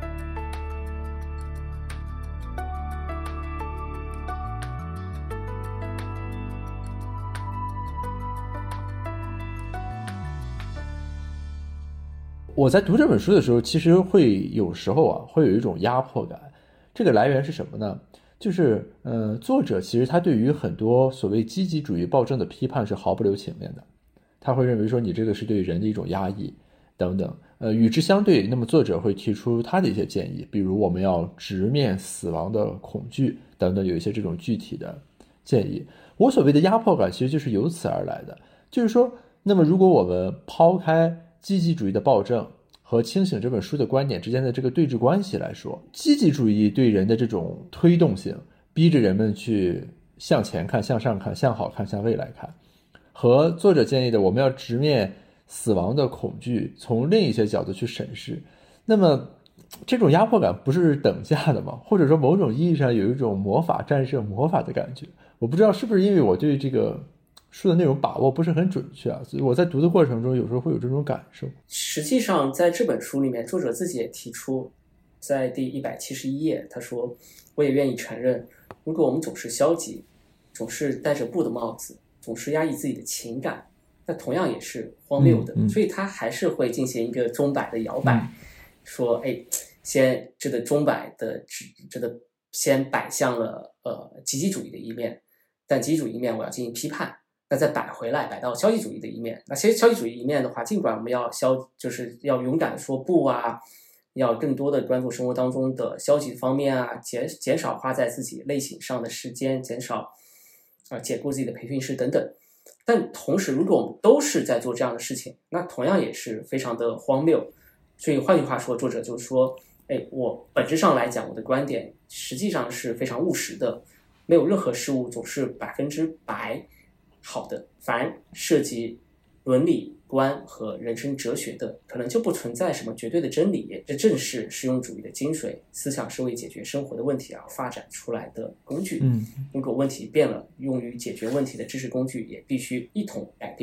我在读这本书的时候，其实会有时候啊，会有一种压迫感。这个来源是什么呢？就是作者其实他对于很多所谓积极主义暴政的批判是毫不留情面的，他会认为说你这个是对人的一种压抑等等。与之相对，那么作者会提出他的一些建议，比如我们要直面死亡的恐惧等等，有一些这种具体的建议。我所谓的压迫感其实就是由此而来的，就是说，那么如果我们抛开积极主义的暴政和清醒这本书的观点之间的这个对峙关系来说，积极主义对人的这种推动性，逼着人们去向前看、向上看、向好看、向未来看，和作者建议的我们要直面死亡的恐惧，从另一些角度去审视，那么这种压迫感不是等价的吗？或者说某种意义上有一种魔法战胜魔法的感觉。我不知道是不是因为我对这个书的内容把握不是很准确啊，所以我在读的过程中有时候会有这种感受。 实际上在这本书里面，作者自己也提出，在第171页他说，我也愿意承认，如果我们总是消极，总是戴着布的帽子，总是压抑自己的情感，那同样也是荒谬的。所以他还是会进行一个钟摆的摇摆，说先这个钟摆的这个先摆向了积极主义的一面，但积极主义一面我要进行批判，那再摆回来，摆到消极主义的一面。那消极主义一面的话，尽管我们就是要勇敢的说不啊，要更多的关注生活当中的消极方面啊，减少花在自己类型上的时间，减少解雇自己的培训师等等。但同时，如果我们都是在做这样的事情，那同样也是非常的荒谬。所以换句话说，作者就说，我本质上来讲，我的观点实际上是非常务实的，没有任何事物总是100%好的，凡涉及伦理观和人生哲学的，可能就不存在什么绝对的真理，这正是实用主义的精髓。思想是为解决生活的问题而发展出来的工具，如果问题变了，用于解决问题的知识工具也必须一同改变。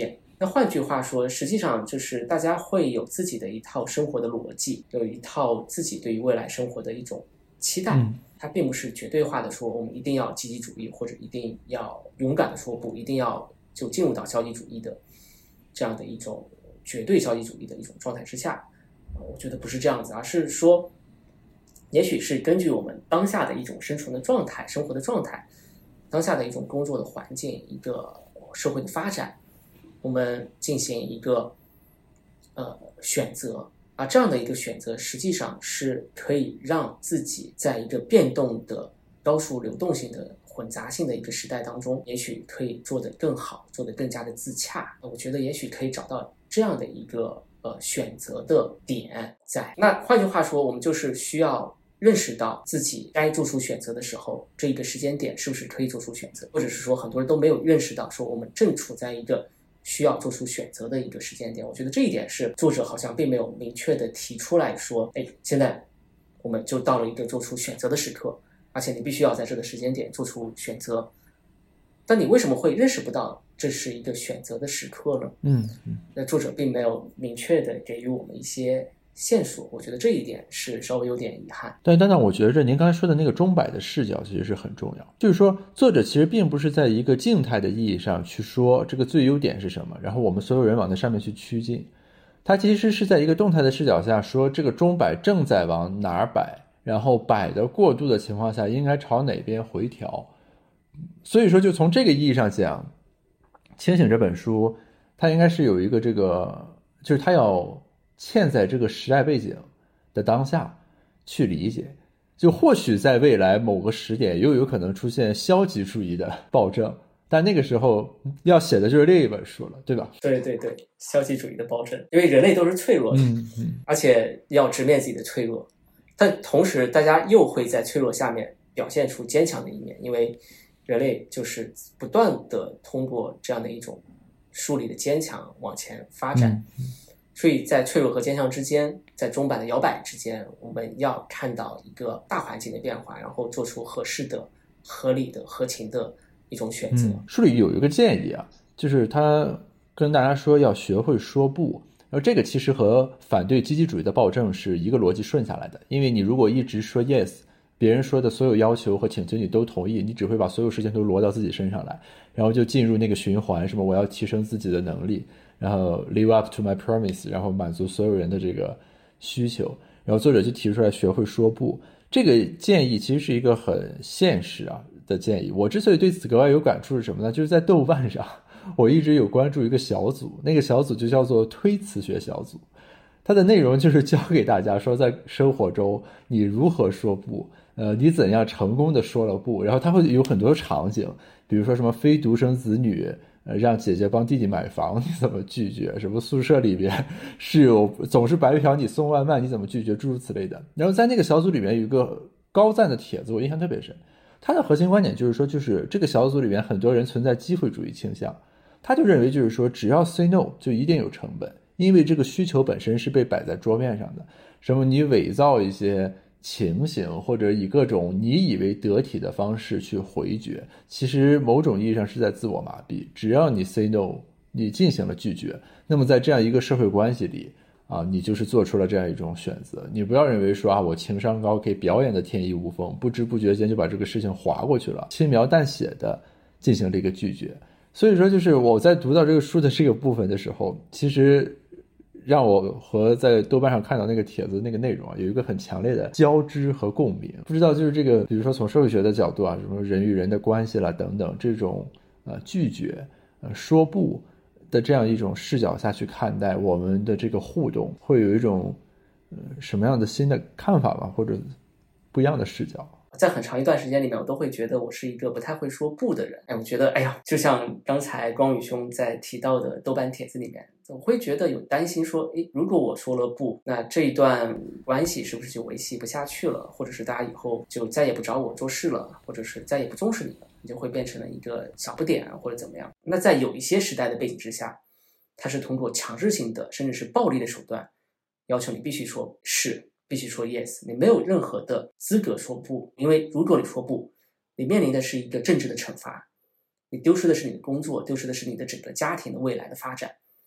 那换句话说，实际上就是大家会有自己的一套生活的逻辑，有一套自己对于未来生活的一种期待，它并不是绝对化的说我们一定要积极主义，或者一定要勇敢的说不，一定要就进入到消极主义的这样的一种绝对消极主义的一种状态之下。我觉得不是这样子，而是说也许是根据我们当下的一种生存的状态、生活的状态，当下的一种工作的环境，一个社会的发展，我们进行一个选择，而这样的一个选择实际上是可以让自己在一个变动的高速流动性的混杂性的一个时代当中，也许可以做得更好，做得更加的自洽。我觉得也许可以找到这样的一个选择的点在。那换句话说，我们就是需要认识到自己该做出选择的时候，这一个时间点是不是可以做出选择，或者是说很多人都没有认识到说我们正处在一个需要做出选择的一个时间点。我觉得这一点是作者好像并没有明确的提出来说，现在我们就到了一个做出选择的时刻，而且你必须要在这个时间点做出选择。但你为什么会认识不到这是一个选择的时刻呢？那作者并没有明确的给予我们一些线索，我觉得这一点是稍微有点遗憾。 但我觉得您刚才说的那个钟摆的视角其实是很重要，就是说作者其实并不是在一个静态的意义上去说这个最优点是什么，然后我们所有人往那上面去趋近，他其实是在一个动态的视角下说这个钟摆正在往哪儿摆，然后摆的过度的情况下应该朝哪边回调。所以说就从这个意义上讲，清醒这本书它应该是有一个这个，就是它要嵌在这个时代背景的当下去理解，就或许在未来某个时点又有可能出现消极主义的暴政，但那个时候要写的就是另一本书了，对吧？ 对，消极主义的暴政，因为人类都是脆弱的，而且要直面自己的脆弱，但同时大家又会在脆弱下面表现出坚强的一面，因为人类就是不断的通过这样的一种树立的坚强往前发展，所以在脆弱和坚强之间，在钟摆的摇摆之间，我们要看到一个大环境的变化，然后做出合适的、合理的、合情的一种选择。 书里有一个建议啊，就是他跟大家说要学会说不，然后这个其实和反对积极主义的暴政是一个逻辑顺下来的，因为你如果一直说 yes，别人说的所有要求和请求你都同意，你只会把所有事情都挪到自己身上来，然后就进入那个循环，什么我要提升自己的能力，然后 live up to my promise， 然后满足所有人的这个需求。然后作者就提出来学会说不，这个建议其实是一个很现实的建议。我之所以对此格外有感触是什么呢？就是在豆瓣上我一直有关注一个小组，那个小组就叫做推辞学小组，它的内容就是教给大家说在生活中你如何说不，你怎样成功的说了不，然后它会有很多场景，比如说什么非独生子女让姐姐帮弟弟买房你怎么拒绝，什么宿舍里边室友总是白嫖你送外卖你怎么拒绝，诸如此类的。然后在那个小组里面有一个高赞的帖子我印象特别深，他的核心观点就是说，就是这个小组里面很多人存在机会主义倾向，他就认为就是说只要 say no 就一定有成本，因为这个需求本身是被摆在桌面上的，什么你伪造一些情形或者以各种你以为得体的方式去回绝，其实某种意义上是在自我麻痹。只要你 say no， 你进行了拒绝，那么在这样一个社会关系里你就是做出了这样一种选择。你不要认为说我情商高可以表演的天衣无缝，不知不觉间就把这个事情划过去了，轻描淡写的进行了一个拒绝。所以说就是我在读到这个书的这个部分的时候，其实让我和在豆瓣上看到那个帖子那个内容有一个很强烈的交织和共鸣。不知道就是这个比如说从社会学的角度什么人与人的关系啦等等，这种拒绝说不的这样一种视角下去看待我们的这个互动，会有一种什么样的新的看法吧，或者不一样的视角。 在很长一段时间里面，我都会觉得我是一个不太会说不的人。我觉得就像刚才光宇兄在提到的豆瓣帖子里面，我会觉得有担心说如果我说了不，那这一段关系是不是就维系不下去了，或者是大家以后就再也不找我做事了，或者是再也不重视你了，你就会变成了一个小不点或者怎么样。那在有一些时代的背景之下，它是通过强制性的甚至是暴力的手段要求你必须说是，必须说 yes， 你没有任何的资格说不，因为如果你说不，你面临的是一个政治的惩罚，你丢失的是你的工作，丢失的是你的整个家庭的未来的发展。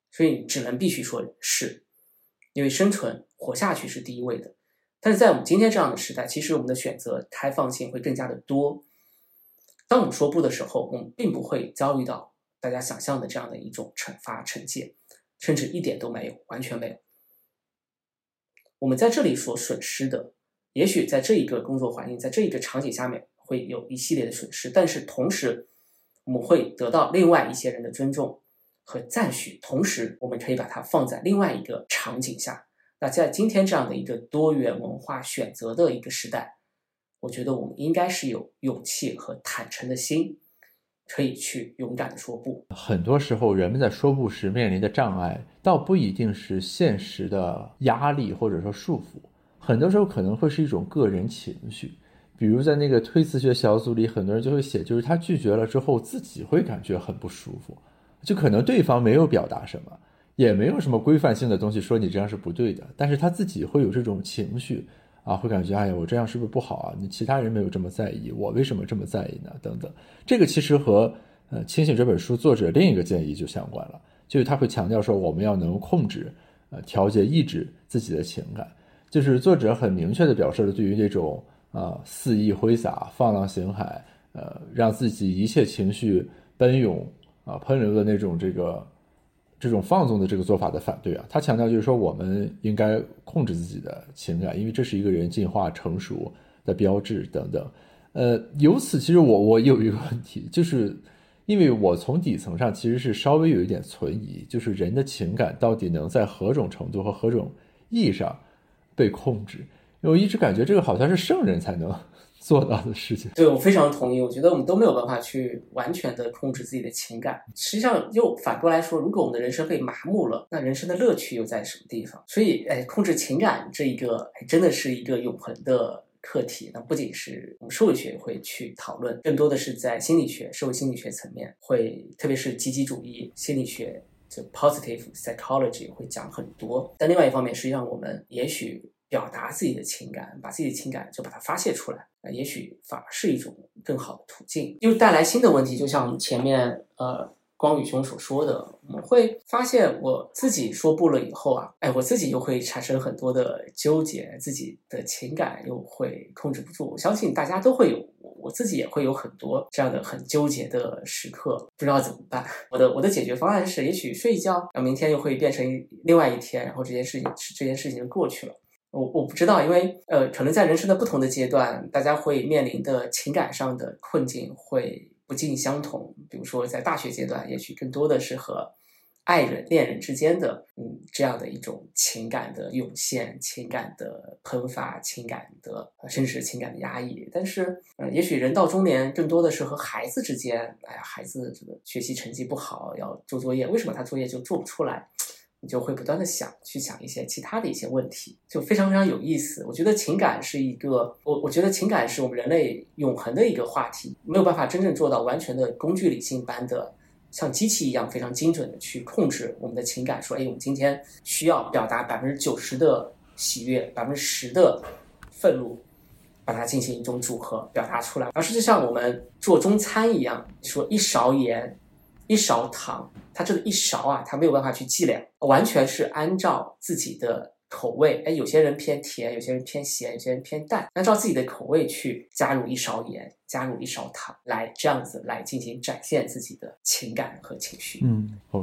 所以只能必须说是，因为生存活下去是第一位的。但是在我们今天这样的时代，其实我们的选择开放性会更加的多。当我们说不的时候，我们并不会遭遇到大家想象的这样的一种惩罚惩戒，甚至一点都没有，完全没有。我们在这里所损失的，也许在这一个工作环境，在这一个场景下面会有一系列的损失，但是同时我们会得到另外一些人的尊重和赞许，同时我们可以把它放在另外一个场景下。那在今天这样的一个多元文化选择的一个时代，我觉得我们应该是有勇气和坦诚的心，可以去勇敢的说不。 很多时候人们在说不时面临的障碍倒不一定是现实的压力或者说束缚，很多时候可能会是一种个人情绪。比如在那个推辞学小组里，很多人就会写，就是他拒绝了之后自己会感觉很不舒服，就可能对方没有表达什么，也没有什么规范性的东西说你这样是不对的，但是他自己会有这种情绪啊，会感觉哎呀我这样是不是不好啊，你其他人没有这么在意，我为什么这么在意呢等等。这个其实和清醒这本书作者另一个建议就相关了，就是他会强调说我们要能控制调节抑制自己的情感，就是作者很明确地表示了对于这种肆意挥洒放浪形骸让自己一切情绪奔涌喷流的那种这种放纵的这个做法的反对啊。他强调就是说我们应该控制自己的情感，因为这是一个人进化成熟的标志等等。由此其实我有一个问题，就是因为我从底层上其实是稍微有一点存疑，就是人的情感到底能在何种程度和何种意义上被控制，因为我一直感觉这个好像是圣人才能做到的事情。 对，我非常同意，我觉得我们都没有办法去完全的控制自己的情感。实际上又反过来说，如果我们的人生被麻木了，那人生的乐趣又在什么地方？所以控制情感这一个真的是一个永恒的课题。那不仅是我们社会学会去讨论，更多的是在心理学社会心理学层面会，特别是积极主义心理学，就 positive psychology 会讲很多。但另外一方面，实际上我们也许表达自己的情感，把自己的情感就把它发泄出来，也许反而是一种更好的途径，又带来新的问题。就像前面光宇兄所说的，我们会发现我自己说不了以后啊，我自己又会产生很多的纠结，自己的情感又会控制不住。我相信大家都会有，我自己也会有很多这样的很纠结的时刻，不知道怎么办。我的解决方案是，也许睡一觉，然后明天又会变成另外一天，然后这件事情就过去了。我不知道，因为可能在人生的不同的阶段，大家会面临的情感上的困境会不尽相同。比如说在大学阶段，也许更多的是和爱人恋人之间的这样的一种情感的涌现，情感的喷发，情感的甚至是情感的压抑。但是也许人到中年更多的是和孩子之间，孩子这个学习成绩不好要做作业，为什么他作业就做不出来，你就会不断的去想一些其他的一些问题，就非常非常有意思。我觉得情感是一个，我觉得情感是我们人类永恒的一个话题，没有办法真正做到完全的工具理性般的像机器一样非常精准的去控制我们的情感，说我们今天需要表达90%的喜悦，10%的愤怒，把它进行一种组合表达出来。而是就像我们做中餐一样，说一勺盐一勺糖，它这个一勺啊，它没有办法去计量，完全是按照自己的口味，有些人偏甜，有些人偏咸，有些人偏淡，按照自己的口味去加入一勺盐，加入一勺糖，来这样子来进行展现自己的情感和情绪。 OK。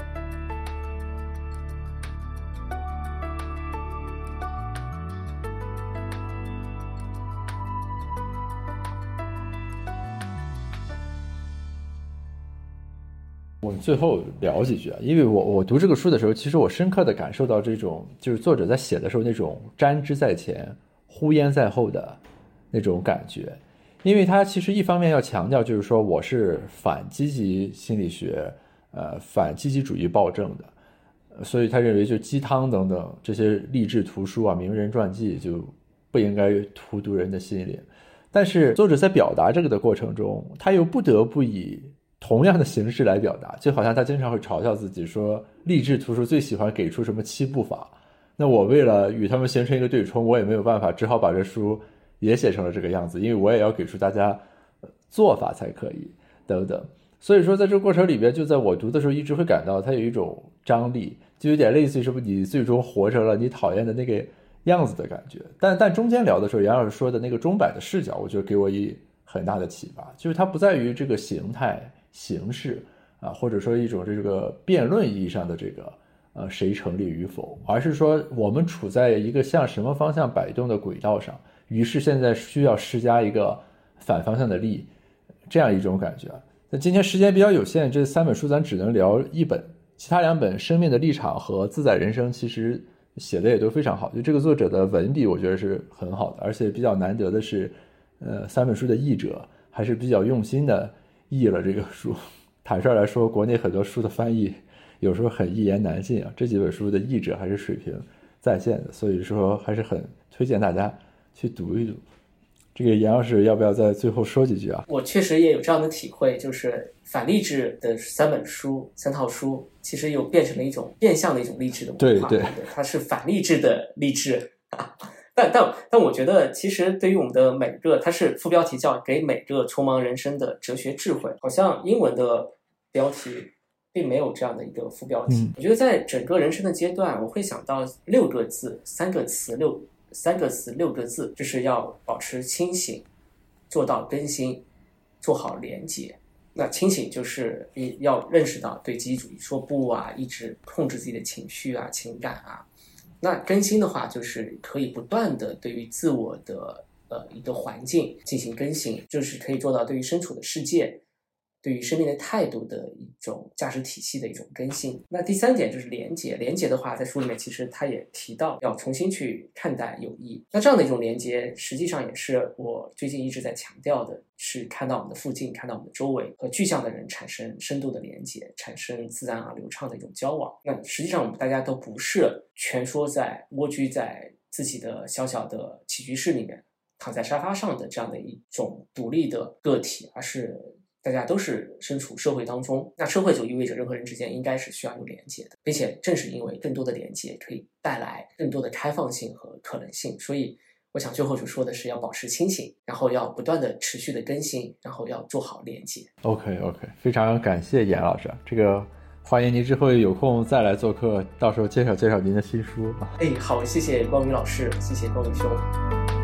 我们最后聊几句啊，因为我读这个书的时候，其实我深刻的感受到这种就是作者在写的时候那种瞻之在前呼焉在后的那种感觉。因为他其实一方面要强调就是说我是反积极心理学反积极主义暴政的，所以他认为就鸡汤等等这些励志图书啊名人传记就不应该荼毒人的心灵。但是作者在表达这个的过程中，他又不得不以同样的形式来表达，就好像他经常会嘲笑自己说励志图书最喜欢给出什么7步法，那我为了与他们形成一个对冲，我也没有办法，只好把这书也写成了这个样子，因为我也要给出大家做法才可以等等。 所以说在这个过程里边，就在我读的时候一直会感到它有一种张力，就有点类似于什么你最终活成了你讨厌的那个样子的感觉。但中间聊的时候，杨老师说的那个钟摆的视角，我觉得给我一很大的启发，就是它不在于这个形态形式啊，或者说一种这个辩论意义上的这个谁成立与否，而是说我们处在一个向什么方向摆动的轨道上，于是现在需要施加一个反方向的力，这样一种感觉。那今天时间比较有限，这3本书咱只能聊一本，其他2本《生命的立场》和《自在人生》其实写的也都非常好，就这个作者的文笔我觉得是很好的，而且比较难得的是3本书的译者还是比较用心的译了这个书。坦率来说，国内很多书的翻译有时候很一言难尽啊，这几本书的译者还是水平在线的，所以说还是很推荐大家去读一读。这个杨老师要不要在最后说几句啊？ 我确实也有这样的体会，就是反励志的3套书其实又变成了一种变相的一种励志的文化。对，它是反励志的励志。但我觉得其实对于我们的每个，它是副标题叫给每个匆忙人生的哲学智慧，好像英文的标题并没有这样的一个副标题。我觉得在整个人生的阶段，我会想到6个字3个词6个字，就是要保持清醒，做到更新，做好连结。那清醒就是要认识到对积极主义说不啊，一直控制自己的情绪啊、情感啊。那更新的话，就是可以不断的对于自我的一个环境进行更新，就是可以做到对于身处的世界、对于生命的态度的一种价值体系的一种更新。那第3点就是连结，连结的话，在书里面其实他也提到要重新去看待友谊。那这样的一种连结，实际上也是我最近一直在强调的，是看到我们的附近，看到我们的周围，和具象的人产生深度的连结，产生自然而流畅的一种交往。那实际上我们大家都不是蜷缩在蜗居在自己的小小的起居室里面，躺在沙发上的这样的一种独立的个体，而是大家都是身处社会当中。那社会就意味着人和人之间应该是需要有连接的，并且正是因为更多的连接可以带来更多的开放性和可能性，所以我想最后就说的是要保持清醒，然后要不断的持续的更新，然后要做好连接。 OK， 非常感谢严老师，这个欢迎您之后有空再来做客，到时候介绍介绍您的新书。 好，谢谢光宇老师，谢谢光宇兄。